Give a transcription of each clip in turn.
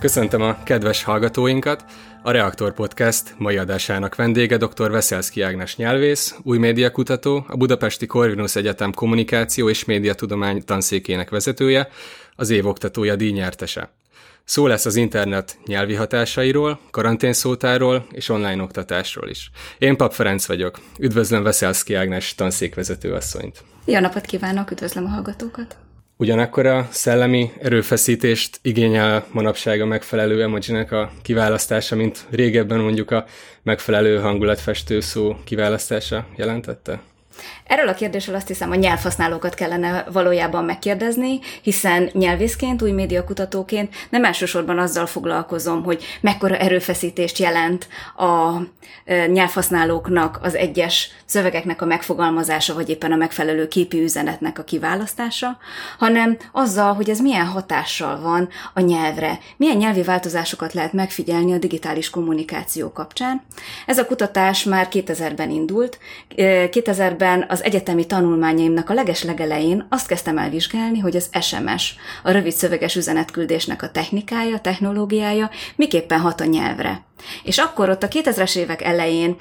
Köszöntöm a kedves hallgatóinkat! A Reaktor Podcast mai adásának vendége dr. Veszelszky Ágnes nyelvész, új médiakutató, a Budapesti Corvinus Egyetem kommunikáció és médiatudomány tanszékének vezetője, az év oktatója díjnyertese. Szó lesz az internet nyelvi hatásairól, karanténszótárról és online oktatásról is. Én Pap Ferenc vagyok. Üdvözlöm Veszelszky Ágnes tanszékvezető asszonyt. Jó napot kívánok, üdvözlöm a hallgatókat! Ugyanakkor a szellemi erőfeszítést igényel manapság a megfelelő emojinek a kiválasztása, mint régebben mondjuk a megfelelő hangulatfestő szó kiválasztása jelentette? Erről a kérdésről azt hiszem, a nyelvhasználókat kellene valójában megkérdezni, hiszen nyelvészként, új médiakutatóként nem elsősorban azzal foglalkozom, hogy mekkora erőfeszítést jelent a nyelvhasználóknak az egyes szövegeknek a megfogalmazása, vagy éppen a megfelelő képi üzenetnek a kiválasztása, hanem azzal, hogy ez milyen hatással van a nyelvre, milyen nyelvi változásokat lehet megfigyelni a digitális kommunikáció kapcsán. Ez a kutatás már 2000-ben indult. 2000-ben az egyetemi tanulmányaimnak a legelején azt kezdtem el vizsgálni, hogy az SMS, a rövid szöveges üzenetküldésnek a technikája, technológiája miképpen hat a nyelvre. És akkor ott a 2000-es évek elején,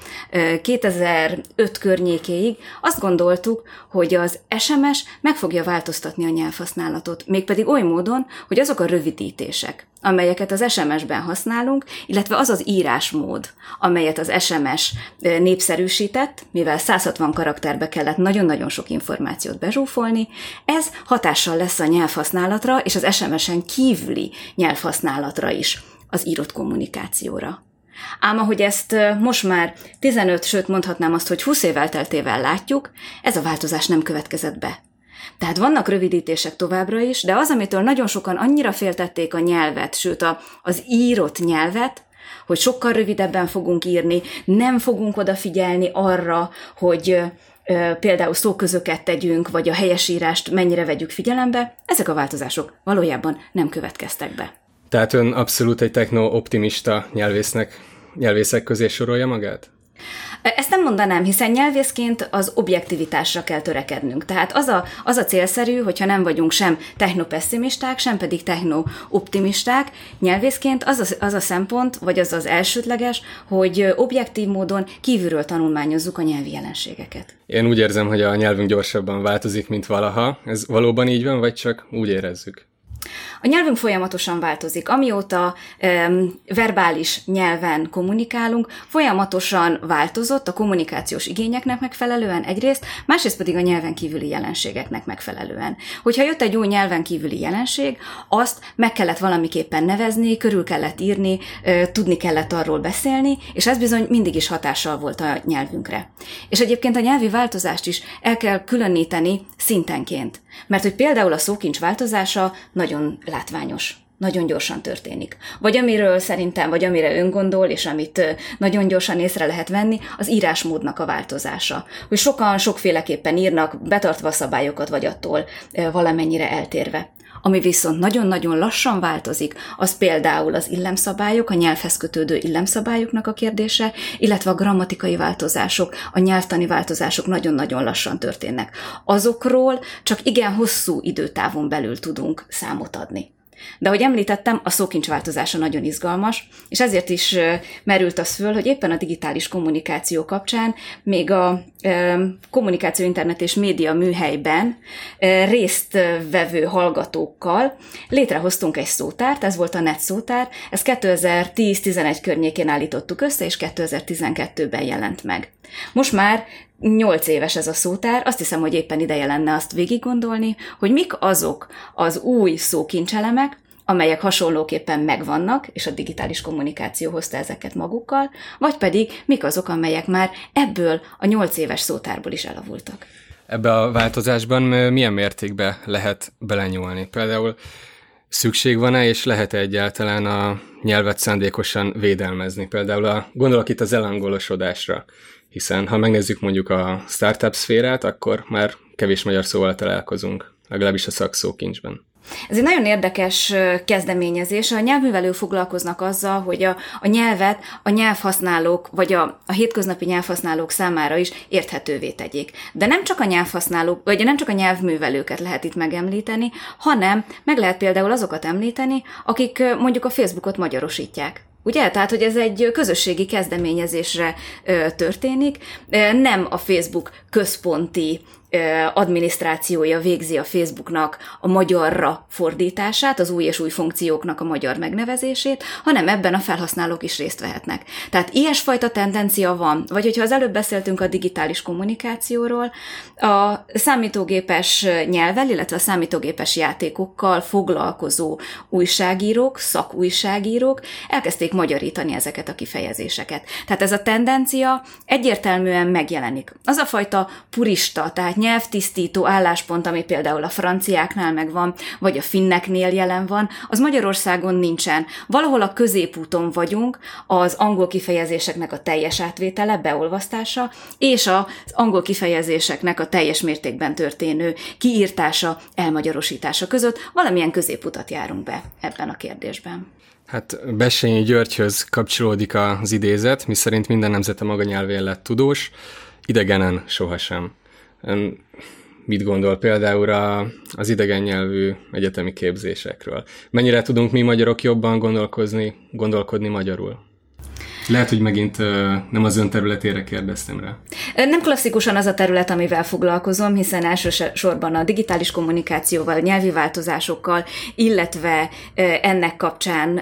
2005 környékéig azt gondoltuk, hogy az SMS meg fogja változtatni a nyelvhasználatot, mégpedig oly módon, hogy azok a rövidítések, amelyeket az SMS-ben használunk, illetve az az írásmód, amelyet az SMS népszerűsített, mivel 160 karakterbe kellett nagyon-nagyon sok információt bezsúfolni, ez hatással lesz a nyelvhasználatra és az SMS-en kívüli nyelvhasználatra is, az írott kommunikációra. Ám ahogy ezt most már 15, sőt mondhatnám azt, hogy 20 év elteltével látjuk, ez a változás nem következett be. Tehát vannak rövidítések továbbra is, de az, amitől nagyon sokan annyira féltették a nyelvet, sőt az írott nyelvet, hogy sokkal rövidebben fogunk írni, nem fogunk odafigyelni arra, hogy például szóközöket tegyünk, vagy a helyesírást mennyire vegyük figyelembe, ezek a változások valójában nem következtek be. Tehát ön abszolút egy techno-optimista nyelvészek közé sorolja magát? Ezt nem mondanám, hiszen nyelvészként az objektivitásra kell törekednünk. Tehát az a célszerű, hogyha nem vagyunk sem technopesszimisták, sem pedig techno-optimisták, nyelvészként az a szempont, vagy az az elsődleges, hogy objektív módon kívülről tanulmányozzuk a nyelvi jelenségeket. Én úgy érzem, hogy a nyelvünk gyorsabban változik, mint valaha. Ez valóban így van, vagy csak úgy érezzük? A nyelvünk folyamatosan változik. Amióta verbális nyelven kommunikálunk, folyamatosan változott a kommunikációs igényeknek megfelelően egyrészt, másrészt pedig a nyelven kívüli jelenségeknek megfelelően. Hogyha jött egy új nyelven kívüli jelenség, azt meg kellett valamiképpen nevezni, körül kellett írni, tudni kellett arról beszélni, és ez bizony mindig is hatással volt a nyelvünkre. És egyébként a nyelvi változást is el kell különíteni szintenként. Mert hogy például a szókincs változása nagyon látványos, nagyon gyorsan történik. Vagy amiről szerintem, vagy amire ön gondol, és amit nagyon gyorsan észre lehet venni, az írásmódnak a változása. Hogy sokan sokféleképpen írnak, betartva a szabályokat, vagy attól valamennyire eltérve. Ami viszont nagyon-nagyon lassan változik, az például az illemszabályok, a nyelvhez kötődő illemszabályoknak a kérdése, illetve a grammatikai változások, a nyelvtani változások nagyon-nagyon lassan történnek. Azokról csak igen hosszú időtávon belül tudunk számot adni. De ahogy említettem, a szókincs változása nagyon izgalmas, és ezért is merült az föl, hogy éppen a digitális kommunikáció kapcsán még a kommunikáció, internet és média műhelyben részt vevő hallgatókkal létrehoztunk egy szótárt, ez volt a NET szótár, ezt 2010-11 környékén állítottuk össze, és 2012-ben jelent meg. Most már 8 éves ez a szótár, azt hiszem, hogy éppen ideje lenne azt végiggondolni, hogy mik azok az új szókincselemek, amelyek hasonlóképpen megvannak, és a digitális kommunikáció hozta ezeket magukkal, vagy pedig mik azok, amelyek már ebből a 8 éves szótárból is elavultak. Ebbe a változásban milyen mértékben lehet belenyúlni? Például szükség van-e, és lehet-e egyáltalán a nyelvet szándékosan védelmezni? Például gondolok itt az elangolosodásra, hiszen ha megnézzük mondjuk a startup szférát, akkor már kevés magyar szóval találkozunk, legalábbis a szakszókincsben. Ez egy nagyon érdekes kezdeményezés. A nyelvművelők foglalkoznak azzal, hogy a nyelvet a nyelvhasználók, vagy a hétköznapi nyelvhasználók számára is érthetővé tegyék. De nem csak a nyelvhasználók, vagy nem csak a nyelvművelőket lehet itt megemlíteni, hanem meg lehet például azokat említeni, akik mondjuk a Facebookot magyarosítják. Ugye? Tehát, hogy ez egy közösségi kezdeményezésre történik, nem a Facebook központi adminisztrációja végzi a Facebooknak a magyarra fordítását, az új és új funkcióknak a magyar megnevezését, hanem ebben a felhasználók is részt vehetnek. Tehát ilyesfajta tendencia van, vagy hogyha az előbb beszéltünk a digitális kommunikációról, a számítógépes nyelvvel, illetve a számítógépes játékokkal foglalkozó újságírók, szakújságírók elkezdték magyarítani ezeket a kifejezéseket. Tehát ez a tendencia egyértelműen megjelenik. Az a fajta purista, tehát nyelvtisztító álláspont, ami például a franciáknál megvan, vagy a finneknél jelen van, az Magyarországon nincsen. Valahol a középúton vagyunk, az angol kifejezéseknek a teljes átvétele, beolvasztása, és az angol kifejezéseknek a teljes mértékben történő kiírtása, elmagyarosítása között valamilyen középutat járunk be ebben a kérdésben. Hát Bessényi Györgyhöz kapcsolódik az idézet, miszerint minden nemzet a maga nyelvén lett tudós, idegenen sohasem. Ön mit gondol például az idegen nyelvű egyetemi képzésekről? Mennyire tudunk mi magyarok jobban gondolkodni magyarul? Lehet, hogy megint nem az ön területére kérdeztem rá. Nem klasszikusan az a terület, amivel foglalkozom, hiszen elsősorban a digitális kommunikációval, nyelvi változásokkal, illetve ennek kapcsán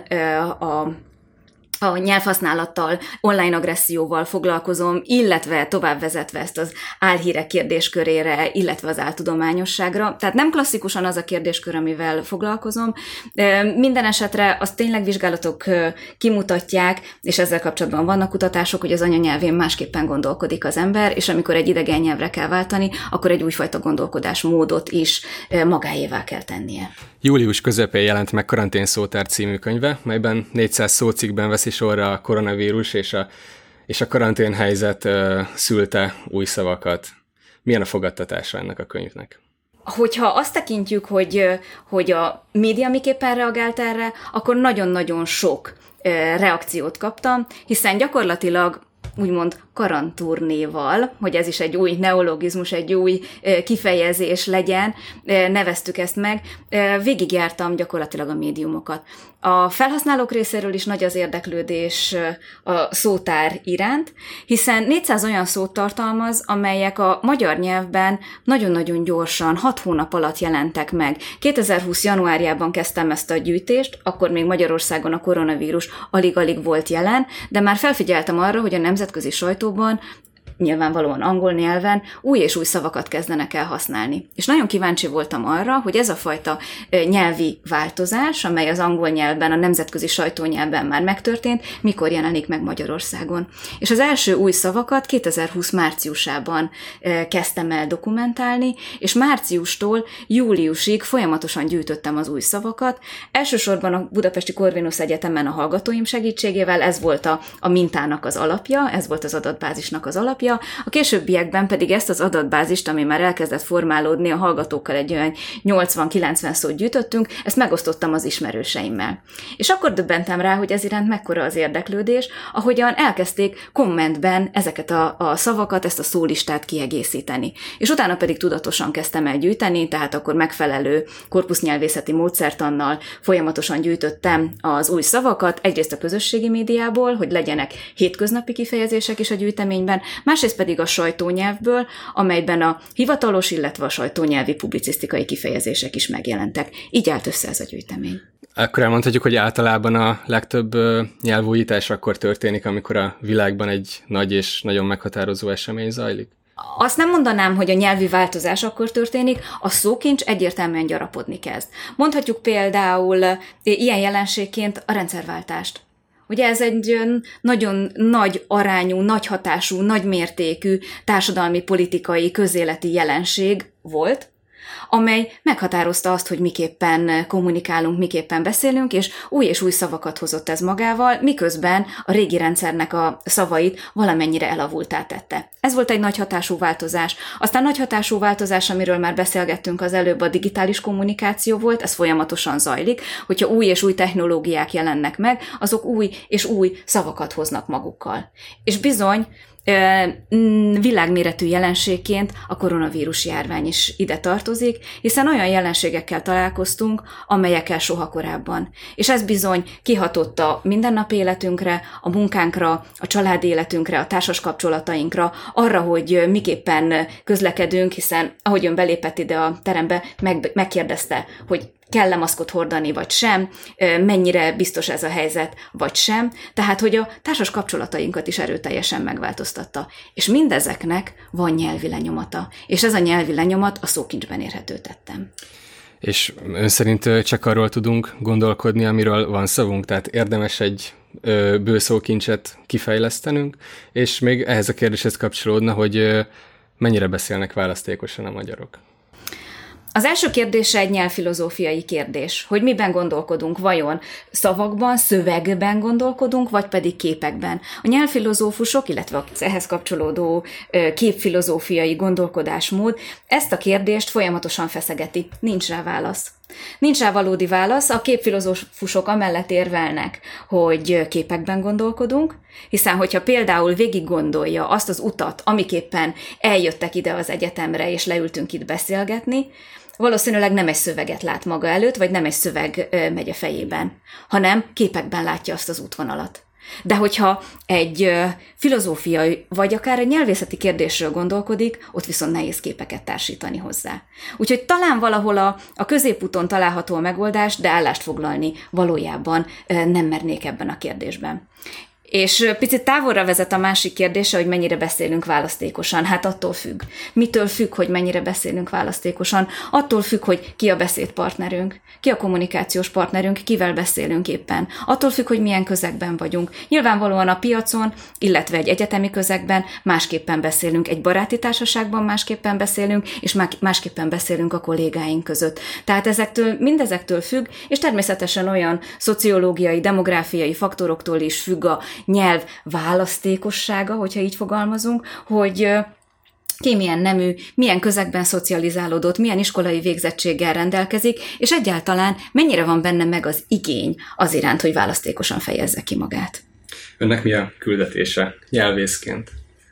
a nyelvhasználattal, online agresszióval foglalkozom, illetve továbbvezetve ezt az álhírek kérdéskörére, illetve az áltudományosságra. Tehát nem klasszikusan az a kérdéskör, amivel foglalkozom. Minden esetre azt tényleg vizsgálatok kimutatják, és ezzel kapcsolatban vannak kutatások, hogy az anyanyelvén másképpen gondolkodik az ember, és amikor egy idegen nyelvre kell váltani, akkor egy újfajta gondolkodásmódot is magáévá kell tennie. Július közepén jelent meg Karantén szótár című könyve, melyben 400 szócikkben veszi sorra a koronavírus és a karanténhelyzet szülte új szavakat. Milyen a fogadtatása ennek a könyvnek? Hogyha azt tekintjük, hogy a média miképpen reagált erre, akkor nagyon-nagyon sok reakciót kaptam, hiszen gyakorlatilag úgymond karantúrnéval, hogy ez is egy új neologizmus, egy új kifejezés legyen, neveztük ezt meg, végigjártam gyakorlatilag a médiumokat. A felhasználók részéről is nagy az érdeklődés a szótár iránt, hiszen 400 olyan szót tartalmaz, amelyek a magyar nyelvben nagyon-nagyon gyorsan, 6 hónap alatt jelentek meg. 2020. januárjában kezdtem ezt a gyűjtést, akkor még Magyarországon a koronavírus alig-alig volt jelen, de már felfigyeltem arra, hogy a nemzetközi sajtóban, nyilvánvalóan angol nyelven új és új szavakat kezdenek el használni. És nagyon kíváncsi voltam arra, hogy ez a fajta nyelvi változás, amely az angol nyelvben, a nemzetközi sajtónyelvben már megtörtént, mikor jelenik meg Magyarországon. És az első új szavakat 2020 márciusában kezdtem el dokumentálni, és márciustól júliusig folyamatosan gyűjtöttem az új szavakat. Elsősorban a Budapesti Corvinus Egyetemen a hallgatóim segítségével, ez volt a mintának az alapja, ez volt az adatbázisnak az alapja, a későbbiekben pedig ezt az adatbázist, ami már elkezdett formálódni, a hallgatókkal egy olyan 80-90 szót gyűjtöttünk, ezt megosztottam az ismerőseimmel. És akkor döbbentem rá, hogy ez iránt mekkora az érdeklődés, ahogyan elkezdték kommentben ezeket a szavakat, ezt a szólistát kiegészíteni. És utána pedig tudatosan kezdtem el gyűjteni, tehát akkor megfelelő korpusznyelvészeti módszertannal folyamatosan gyűjtöttem az új szavakat, egyrészt a közösségi médiából, hogy legyenek hétköznapi kifejezések is a gyűjteményben, másrészt pedig a sajtónyelvből, amelyben a hivatalos, illetve a sajtónyelvi publicisztikai kifejezések is megjelentek. Így állt össze ez a gyűjtemény. Akkor elmondhatjuk, hogy általában a legtöbb nyelvújítás akkor történik, amikor a világban egy nagy és nagyon meghatározó esemény zajlik? Azt nem mondanám, hogy a nyelvi változás akkor történik, a szókincs egyértelműen gyarapodni kezd. Mondhatjuk például ilyen jelenségként a rendszerváltást. Ugye ez egy nagyon nagy arányú, nagy hatású, nagy mértékű társadalmi, politikai, közéleti jelenség volt, amely meghatározta azt, hogy miképpen kommunikálunk, miképpen beszélünk, és új szavakat hozott ez magával, miközben a régi rendszernek a szavait valamennyire elavultá tette. Ez volt egy nagy hatású változás. Aztán nagy hatású változás, amiről már beszélgettünk az előbb, a digitális kommunikáció volt, ez folyamatosan zajlik, hogyha új és új technológiák jelennek meg, azok új és új szavakat hoznak magukkal. És bizony, világméretű jelenségként a koronavírus járvány is ide tartozik, hiszen olyan jelenségekkel találkoztunk, amelyekkel soha korábban. És ez bizony kihatott a mindennapi életünkre, a munkánkra, a családi életünkre, a társas kapcsolatainkra, arra, hogy miképpen közlekedünk, hiszen ahogy ön belépett ide a terembe, megkérdezte, hogy kell-e maszkot hordani, vagy sem, mennyire biztos ez a helyzet, vagy sem, tehát hogy a társas kapcsolatainkat is erőteljesen megváltoztatta. És mindezeknek van nyelvi lenyomata, és ez a nyelvi lenyomat a szókincsben érhető tettem. És ön szerint csak arról tudunk gondolkodni, amiről van szavunk, tehát érdemes egy bőszókincset kifejlesztenünk, és még ehhez a kérdéshez kapcsolódna, hogy mennyire beszélnek választékosan a magyarok. Az első kérdése egy nyelvfilozófiai kérdés, hogy miben gondolkodunk, vajon szavakban, szövegben gondolkodunk, vagy pedig képekben. A nyelvfilozófusok, illetve az ehhez kapcsolódó képfilozófiai gondolkodásmód ezt a kérdést folyamatosan feszegeti. Nincs rá válasz. Nincs rá valódi válasz, a képfilozófusok amellett érvelnek, hogy képekben gondolkodunk, hiszen hogyha például végig gondolja azt az utat, amiképpen eljöttek ide az egyetemre, és leültünk itt beszélgetni, valószínűleg nem egy szöveget lát maga előtt, vagy nem egy szöveg megy a fejében, hanem képekben látja azt az útvonalat. De hogyha egy filozófiai, vagy akár egy nyelvészeti kérdésről gondolkodik, ott viszont nehéz képeket társítani hozzá. Úgyhogy talán valahol a középúton található a megoldás, de állást foglalni valójában nem mernék ebben a kérdésben. És picit távolra vezet a másik kérdése, hogy mennyire beszélünk választékosan. Hát attól függ. Mitől függ, hogy mennyire beszélünk választékosan? Attól függ, hogy ki a beszédpartnerünk, ki a kommunikációs partnerünk, kivel beszélünk éppen. Attól függ, hogy milyen közegben vagyunk. Nyilvánvalóan a piacon, illetve egy egyetemi közegben másképpen beszélünk, egy baráti társaságban másképpen beszélünk, és másképpen beszélünk a kollégáink között. Tehát mindezektől függ, és természetesen olyan szociológiai, demográfiai faktoroktól is függ a nyelv választékossága, hogyha így fogalmazunk, hogy ki milyen nemű, milyen közegben szocializálódott, milyen iskolai végzettséggel rendelkezik, és egyáltalán mennyire van benne meg az igény az iránt, hogy választékosan fejezze ki magát. Önnek mi a küldetése nyelvészként?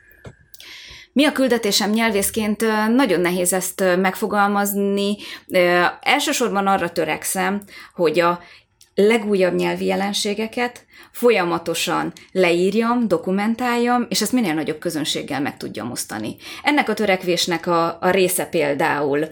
Mi a küldetésem nyelvészként? Nagyon nehéz ezt megfogalmazni. Elsősorban arra törekszem, hogy a legújabb nyelvi jelenségeket folyamatosan leírjam, dokumentáljam, és ezt minél nagyobb közönséggel meg tudjam osztani. Ennek a törekvésnek a része például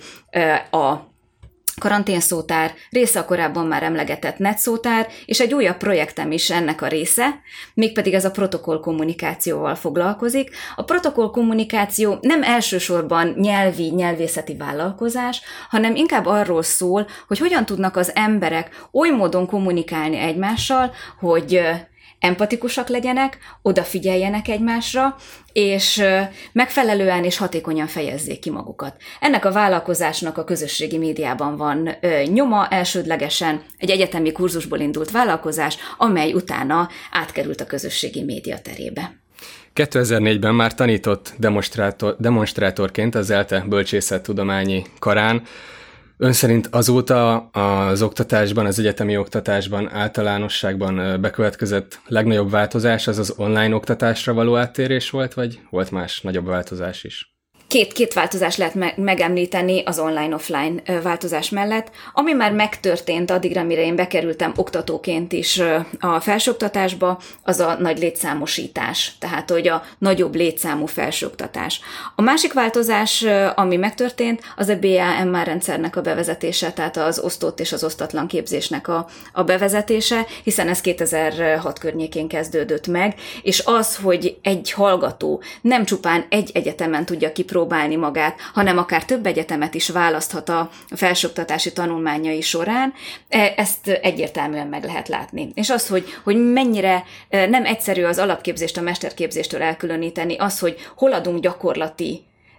a karanténszótár, része a korábban már emlegetett netszótár, és egy újabb projektem is ennek a része, mégpedig ez a protokollkommunikációval foglalkozik. A protokollkommunikáció nem elsősorban nyelvészeti vállalkozás, hanem inkább arról szól, hogy hogyan tudnak az emberek oly módon kommunikálni egymással, hogy empatikusak legyenek, odafigyeljenek egymásra, és megfelelően és hatékonyan fejezzék ki magukat. Ennek a vállalkozásnak a közösségi médiában van nyoma, elsődlegesen egy egyetemi kurzusból indult vállalkozás, amely utána átkerült a közösségi média terébe. 2004-ben már tanított demonstrátorként az ELTE bölcsészettudományi karán. Ön szerint azóta az oktatásban, az egyetemi oktatásban általánosságban bekövetkezett legnagyobb változás az az online oktatásra való áttérés volt, vagy volt más nagyobb változás is? Két változás lehet megemlíteni az online-offline változás mellett. Ami már megtörtént addigra, mire én bekerültem oktatóként is a felsőoktatásba, az a nagy létszámosítás, tehát hogy a nagyobb létszámú felsőoktatás. A másik változás, ami megtörtént, az a BAMR rendszernek a bevezetése, tehát az osztott és az osztatlan képzésnek a bevezetése, hiszen ez 2006 környékén kezdődött meg, és az, hogy egy hallgató nem csupán egy egyetemen tudja kipróbálni magát, hanem akár több egyetemet is választhat a felsőoktatási tanulmányai során, ezt egyértelműen meg lehet látni. És az, hogy mennyire nem egyszerű az alapképzést a mesterképzéstől elkülöníteni, az, hogy hol adunk gyakorlati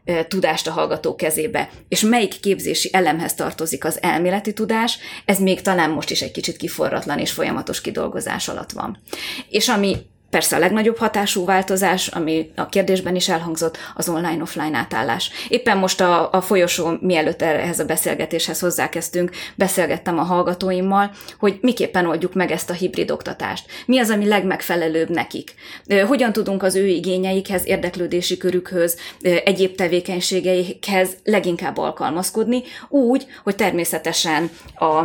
tudást a hallgatók kezébe, és melyik képzési elemhez tartozik az elméleti tudás, ez még talán most is egy kicsit kiforratlan és folyamatos kidolgozás alatt van. És ami persze a legnagyobb hatású változás, ami a kérdésben is elhangzott, az online-offline átállás. Éppen most a folyosón, mielőtt ehhez a beszélgetéshez hozzákezdtünk, beszélgettem a hallgatóimmal, hogy miképpen oldjuk meg ezt a hibrid oktatást. Mi az, ami legmegfelelőbb nekik? Hogyan tudunk az ő igényeikhez, érdeklődési körükhöz, egyéb tevékenységeikhez leginkább alkalmazkodni, úgy, hogy természetesen a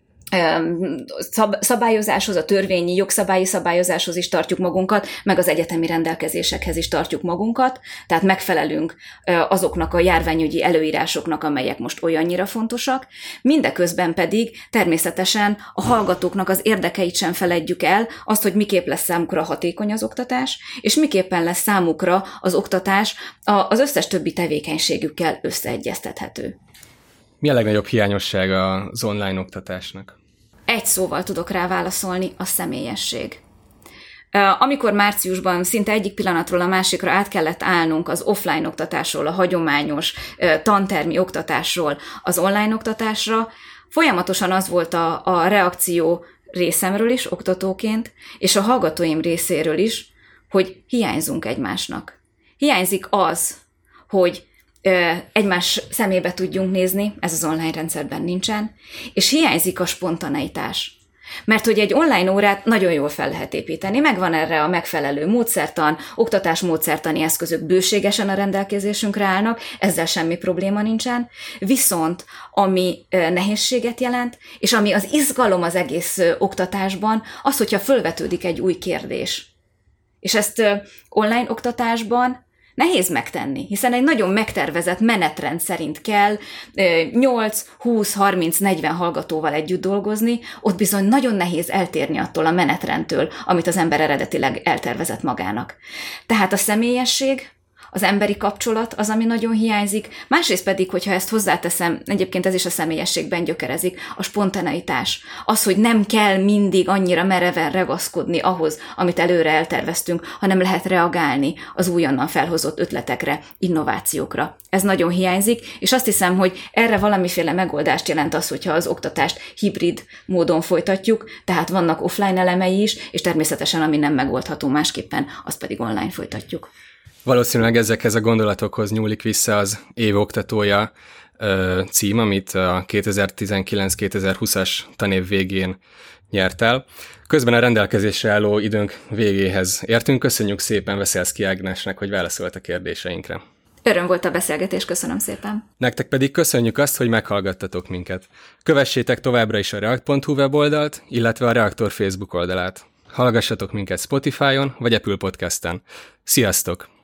szabályozáshoz, a törvényi, jogszabályi szabályozáshoz is tartjuk magunkat, meg az egyetemi rendelkezésekhez is tartjuk magunkat, tehát megfelelünk azoknak a járványügyi előírásoknak, amelyek most olyannyira fontosak, mindeközben pedig természetesen a hallgatóknak az érdekeit sem feledjük el, azt, hogy miképp lesz számukra hatékony az oktatás, és miképpen lesz számukra az oktatás az összes többi tevékenységükkel összeegyeztethető. Mi a legnagyobb hiányossága az online oktatásnak? Egy szóval tudok rá válaszolni, a személyesség. Amikor márciusban szinte egyik pillanatról a másikra át kellett állnunk az offline oktatásról, a hagyományos tantermi oktatásról az online oktatásra, folyamatosan az volt a reakció részemről is, oktatóként, és a hallgatóim részéről is, hogy hiányzunk egymásnak. Hiányzik az, hogy egymás szemébe tudjunk nézni, ez az online rendszerben nincsen, és hiányzik a spontaneitás. Mert hogy egy online órát nagyon jól fel lehet építeni, megvan erre a megfelelő módszertan, oktatásmódszertani eszközök bőségesen a rendelkezésünkre állnak, ezzel semmi probléma nincsen, viszont ami nehézséget jelent, és ami az izgalom az egész oktatásban, az, hogyha fölvetődik egy új kérdés. És ezt online oktatásban nehéz megtenni, hiszen egy nagyon megtervezett menetrend szerint kell 8, 20, 30, 40 hallgatóval együtt dolgozni, ott bizony nagyon nehéz eltérni attól a menetrendtől, amit az ember eredetileg eltervezett magának. Tehát a személyesség, az emberi kapcsolat az, ami nagyon hiányzik, másrészt pedig, hogyha ezt hozzáteszem, egyébként ez is a személyességben gyökerezik, a spontaneitás. Az, hogy nem kell mindig annyira mereven ragaszkodni ahhoz, amit előre elterveztünk, hanem lehet reagálni az újonnan felhozott ötletekre, innovációkra. Ez nagyon hiányzik, és azt hiszem, hogy erre valamiféle megoldást jelent az, hogyha az oktatást hibrid módon folytatjuk, tehát vannak offline elemei is, és természetesen, ami nem megoldható másképpen, azt pedig online folytatjuk. Valószínűleg ezekhez a gondolatokhoz nyúlik vissza az év oktatója cím, amit a 2019-2020-as tanév végén nyert el. Közben a rendelkezésre álló időnk végéhez értünk. Köszönjük szépen Veszelszky Ágnesnek, hogy válaszolt a kérdéseinkre. Öröm volt a beszélgetés, köszönöm szépen. Nektek pedig köszönjük azt, hogy meghallgattatok minket. Kövessétek továbbra is a reakt.hu weboldalt, illetve a Reaktor Facebook oldalát. Hallgassatok minket Spotify-on vagy Apple Podcast-en. Sziasztok!